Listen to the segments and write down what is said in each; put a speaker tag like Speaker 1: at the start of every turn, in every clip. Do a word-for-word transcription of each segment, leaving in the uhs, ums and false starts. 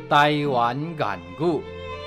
Speaker 1: 台湾言语。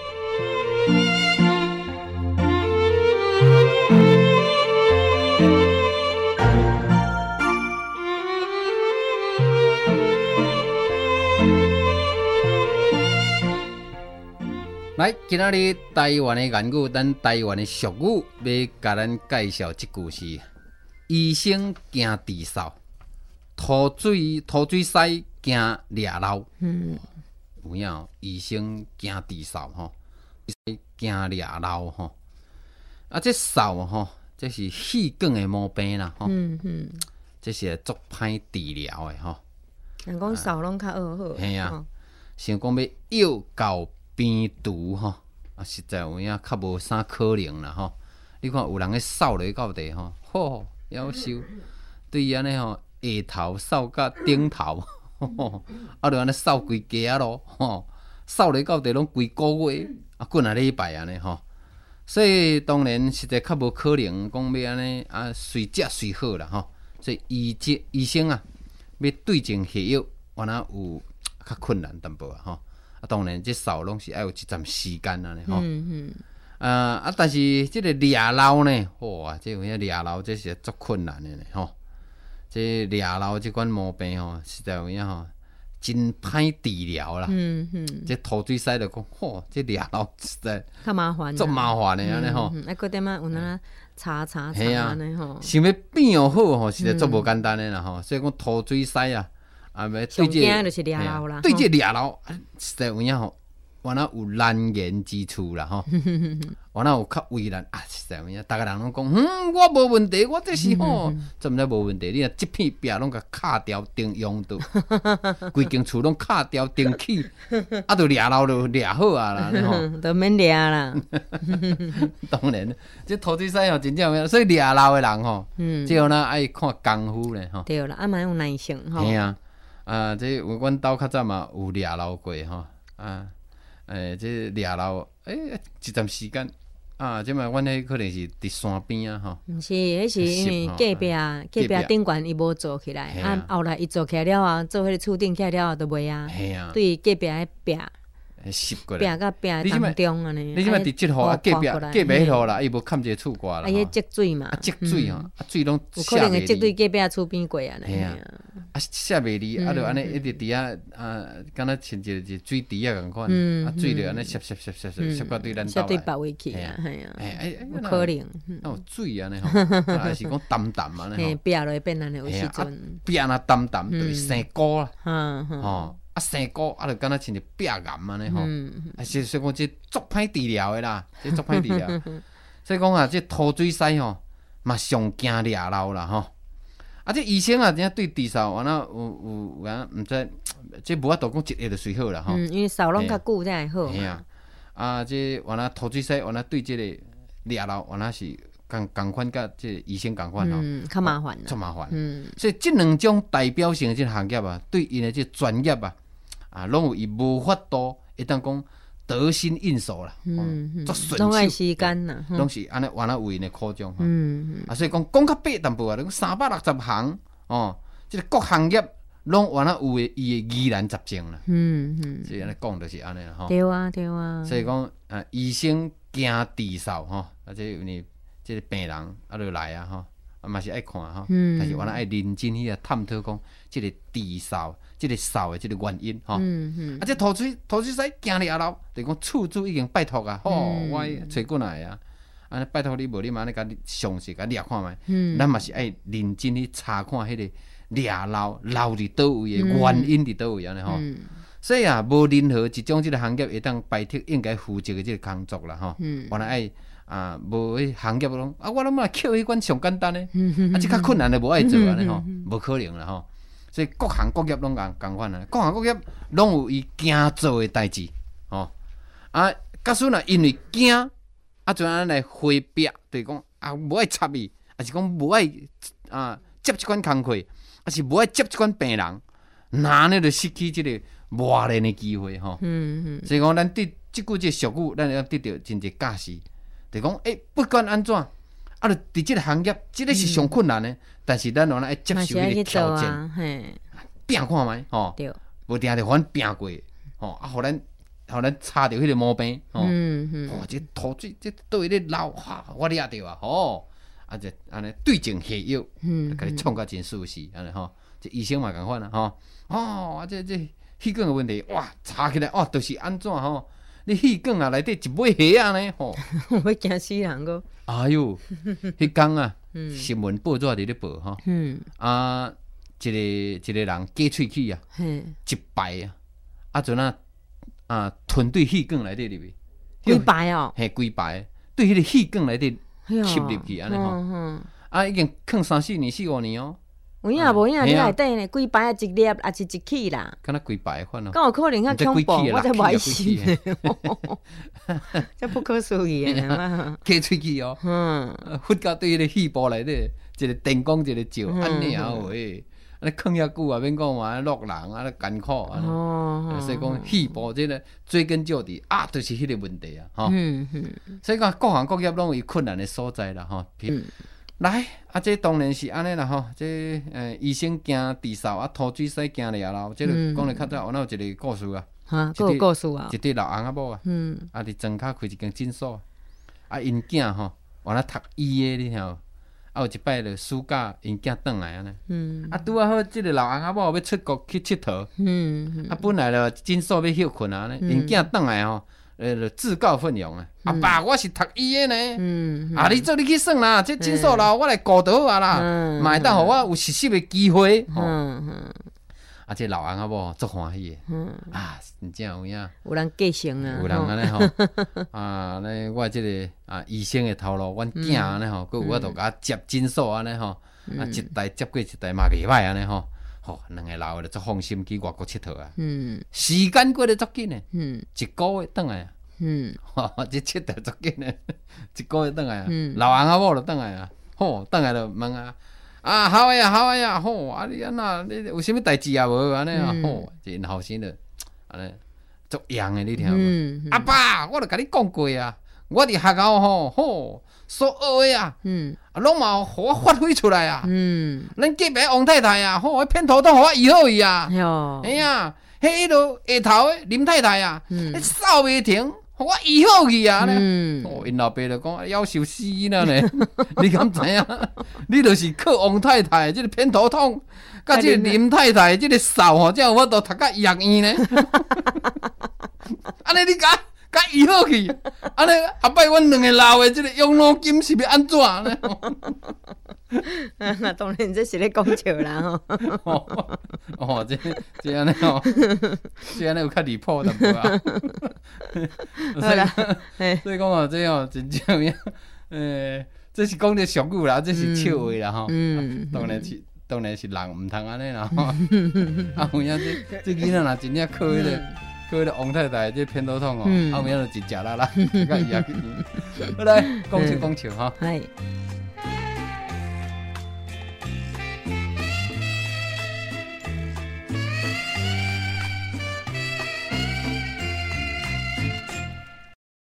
Speaker 1: 来，今仔日台湾的言语，咱台湾的俗语，要甲咱介绍一句是：医生惊治扫，吐水吐水屎惊掠漏。嗯，有影？医生惊治扫吼，惊掠漏吼。啊，这扫吼，这是细管的毛病啦吼。嗯嗯，这是足歹治疗的吼。
Speaker 2: 人讲扫拢较好好。
Speaker 1: 嘿啊，想讲要药到病除吼，啊，实在有影较无啥可能啦吼。你看有人咧扫落到地吼，吼，夭寿，对安尼吼，下头扫到顶头，啊，就安尼扫规家咯，吼，扫落到地拢规个月，啊，过啊礼拜安尼吼。所以当然实在较无可能讲要安尼啊，随食随好啦吼。所以医医医生啊，要对症下药，原来有较困难淡薄啊吼。啊，当然，这扫拢是要有一阵时间啊，吼。嗯嗯。啊啊，但是这个掠漏呢，哇，这有影掠漏，这是足困难的呢，吼。这掠漏这款毛病吼，实在有影吼，真歹治疗啦。嗯嗯。这吐水屎就讲，吼，这掠漏实在
Speaker 2: 较麻烦，
Speaker 1: 足麻烦的安尼吼。
Speaker 2: 啊，搁点仔有哪查查查安尼吼。
Speaker 1: 想要变又好吼，实在足无简单的啦吼。所以讲吐水屎啊。啊，要对这
Speaker 2: 就是掠漏啦，
Speaker 1: 对这掠漏，实在有影吼，原来有难言之处啦吼，原来有较为难啊，实在有影，大家人拢讲，嗯，我无问题，我这是吼，怎么才无问题？你若这片壁拢甲卡掉钉用倒，规间厝拢卡掉钉起，啊，就掠漏就掠好啊啦，吼，
Speaker 2: 都免掠啦。
Speaker 1: 当然，这土地屎吼真正有影，所以掠漏的人吼，最后呢爱看功夫咧吼。
Speaker 2: 对啦，啊蛮有耐性吼。
Speaker 1: 嘿啊。啊，这阮兜较早嘛有掠漏过吼，啊，诶、欸，这掠漏，诶、欸，一段时间，啊，即摆阮迄可能是伫山边啊吼。
Speaker 2: 毋是，迄是因为隔壁隔壁顶悬伊无做起来，啊，后来伊做起来了后，做迄个厝顶起来了后就袂啊，对隔壁迄壁。
Speaker 1: 吸过
Speaker 2: 来，壁甲壁当中安尼。
Speaker 1: 你即摆伫即户啊，隔壁隔壁迄户啦，伊无冚一个厝挂啦。
Speaker 2: 啊，迄积水嘛，
Speaker 1: 啊积水吼，啊水拢
Speaker 2: 有可能会积对隔壁厝边过安尼。
Speaker 1: 啊，下袂离，啊，就安尼一直伫啊啊，敢若像一个水池啊共款，啊，水就安尼摄摄摄摄摄摄到对咱兜来，
Speaker 2: 摄对别位去啊，系啊，
Speaker 1: 哎哎，
Speaker 2: 有可能，
Speaker 1: 那有水安尼吼，还是讲淡淡安尼
Speaker 2: 吼，壁落变安尼有时阵，
Speaker 1: 壁若淡淡就是生菇啦，吼。啊，生菇啊，就敢若像是壁癌安尼吼，啊，是所以讲这足歹治疗的啦，这足歹治疗。所以讲啊，这吐水屎吼，嘛上惊掠漏啦吼。啊，这医生啊，真正对治扫，完了有有有啊，毋知这无法度讲一下就随好啦吼。
Speaker 2: 嗯，因为扫拢较久才会好。
Speaker 1: 嘿啊，啊，这完了吐水屎，完了对这个掠漏，完了是共共款甲这医生共款吼。
Speaker 2: 嗯，较麻烦啦。
Speaker 1: 足麻烦。嗯。所以这两种代表性的这行业啊，对因的这专业啊。啊，拢有伊无法度会当讲得心应手啦，嗯嗯，
Speaker 2: 拢爱时间啦，
Speaker 1: 拢是安尼原来有因的苦衷，嗯嗯，啊，所以讲讲较白淡薄啊，讲三百六十行哦，即个各行业拢原来有诶伊诶疑难杂症啦，嗯嗯，所以安尼讲就是安尼啦，吼，
Speaker 2: 对啊对啊，
Speaker 1: 所以讲啊，医生惊治扫吼，啊，即因为即个病人啊，就来啊，吼。啊，嘛是爱看吼，但是原来爱认真去啊探讨讲，即个治扫，即个扫的即个原因吼。嗯嗯。啊，这吐水吐水屎惊掠漏，就讲厝主已经拜托啊，吼，我找过来啊，啊，拜托你无你嘛，你甲你详细甲掠看觅。嗯。咱嘛是爱认真去查看迄个掠漏漏伫倒位的原因伫倒位安尼吼。嗯。所以啊，无任何一种即个行业会当摆脱应该负责的即个工作啦吼。嗯。原来爱。啊，无迄行业拢啊，我拢嘛捡迄款上简单的，啊，即较困难的无爱做安尼吼，无可能啦吼。所以各行各业拢共共款啊，各行各业拢有伊惊做的代志吼。啊，假使若因为惊，啊，就安尼来回避，就是讲啊，无爱插伊，啊是讲无爱啊接即款工课，啊是无爱接即款病人，那呢就失去即个磨练的机会吼。嗯嗯。所以讲，咱对即句即俗语，咱要得到真侪教示。就讲，诶、欸，不管安怎，啊，就伫即个行业，即、这个是上困难的，嗯、但是咱原来要接受迄个挑战，拼看觅，吼，无定定反拼过，吼，啊，互咱互咱插着迄个毛病，吼、哦，
Speaker 2: 嗯嗯，
Speaker 1: 哇，这土水这倒咧流，哇，我掠着啊，吼，啊，这安尼对症下药，嗯，甲你创甲真舒适，安尼吼，这医生嘛共款啦，吼，哦，啊，这这气管的问题，哇，查起来哦，就是安怎吼？你气管啊内底一尾虾啊呢，吼，
Speaker 2: 我惊死人个。
Speaker 1: 哎呦，迄天啊，新闻报纸伫咧报吼，嗯，啊，一个一个人假喙齿啊，一排啊，啊，阵啊。啊，吞对气管内底入去，
Speaker 2: 规排哦，
Speaker 1: 嘿，规排，对迄个气管内底吸入去安尼吼，啊，已经囥三四年、四五年哦。
Speaker 2: 有影无影，你内底呢？规排啊，一粒啊，是一气啦。
Speaker 1: 敢若规排款哦。
Speaker 2: 敢有可能较恐怖，我才歹信。这不可思议啊！
Speaker 1: 假喙齿哦，嗯，忽到对迄个肺部内底，一个电光一个照，安尼啊喂。啊！你囥遐久啊，免讲嘛，落人啊，艰苦啊，哦、所以讲肺部这个追根究底啊，就是迄个问题啊，吼、嗯嗯。所以讲各行各业拢有困难的所在啦，吼、嗯。来啊，这当然是安尼啦，吼，这呃医生惊治扫啊，土水洗惊了啦，这个讲来较早，我那有一个故事啊，
Speaker 2: 哈，有故事啊，
Speaker 1: 一对老翁仔某啊，嗯，啊，伫庄脚开一间诊所，啊，因囝吼，原来读医的，你听。啊，有一摆就暑假，因囝转来安尼，嗯，啊，拄啊好，即个老翁仔某要出国去佚佗，嗯，啊，本来就诊所要休困啊呢，因囝转来吼，呃，自告奋勇啊，阿爸，我是读医的呢，嗯，啊，你做你去算啦，这诊所啦，我来顾就好啊啦，嘛会当互我有实习的机会，嗯嗯。啊！这老翁仔某足欢喜的，嗯啊，真正有影，
Speaker 2: 有人继承啊，
Speaker 1: 有人安尼吼，啊，呢我即个啊医生的头路，阮囝安尼吼，佮有法度甲接诊所安尼吼，啊一代接过一代嘛袂歹安尼吼，吼两个老的就足放心去外国佚佗啊，嗯，时间过得足紧的，嗯，一个月转来啊，嗯，吼，这佚佗足紧的，一个月转来啊，老翁仔某就转来啊，吼，转来就问啊。啊，好呀，好呀，吼！啊，你安那，你有啥物代志啊？无安尼啊，吼！一因后生就安尼足样的，你听无？阿爸，我著甲你讲过啊，我伫学校吼吼所学的啊，嗯，啊，拢嘛互我发挥出来啊，嗯，咱隔壁王太太啊，吼，偏头痛互我医好伊啊，哎呀，迄落下头的林太太啊，嗯，扫袂停。我医好去啊！嗯，哦，因老爸就讲夭寿死了呢。你敢知影？你就是靠王太太即个偏头痛，甲即个林太太即个扫吼，才有法度读到医学院呢。安尼你甲甲医好去，安尼后摆阮两个老的即个养老金是要安怎呢？
Speaker 2: 那当然这是咧讲笑啦吼。
Speaker 1: 哦，哦，这这安尼吼，这安尼有较离谱淡薄啊。所以，所以讲哦，这哦真正样，诶，这是讲着俗语啦，这是笑话啦吼。嗯，当然是，当然是人毋通安尼啦吼。啊，有影这这囡仔若真正靠迄个靠迄个王太太这偏头痛哦，啊有影就真食啦啦，甲伊啊去。好来，讲笑讲笑吼。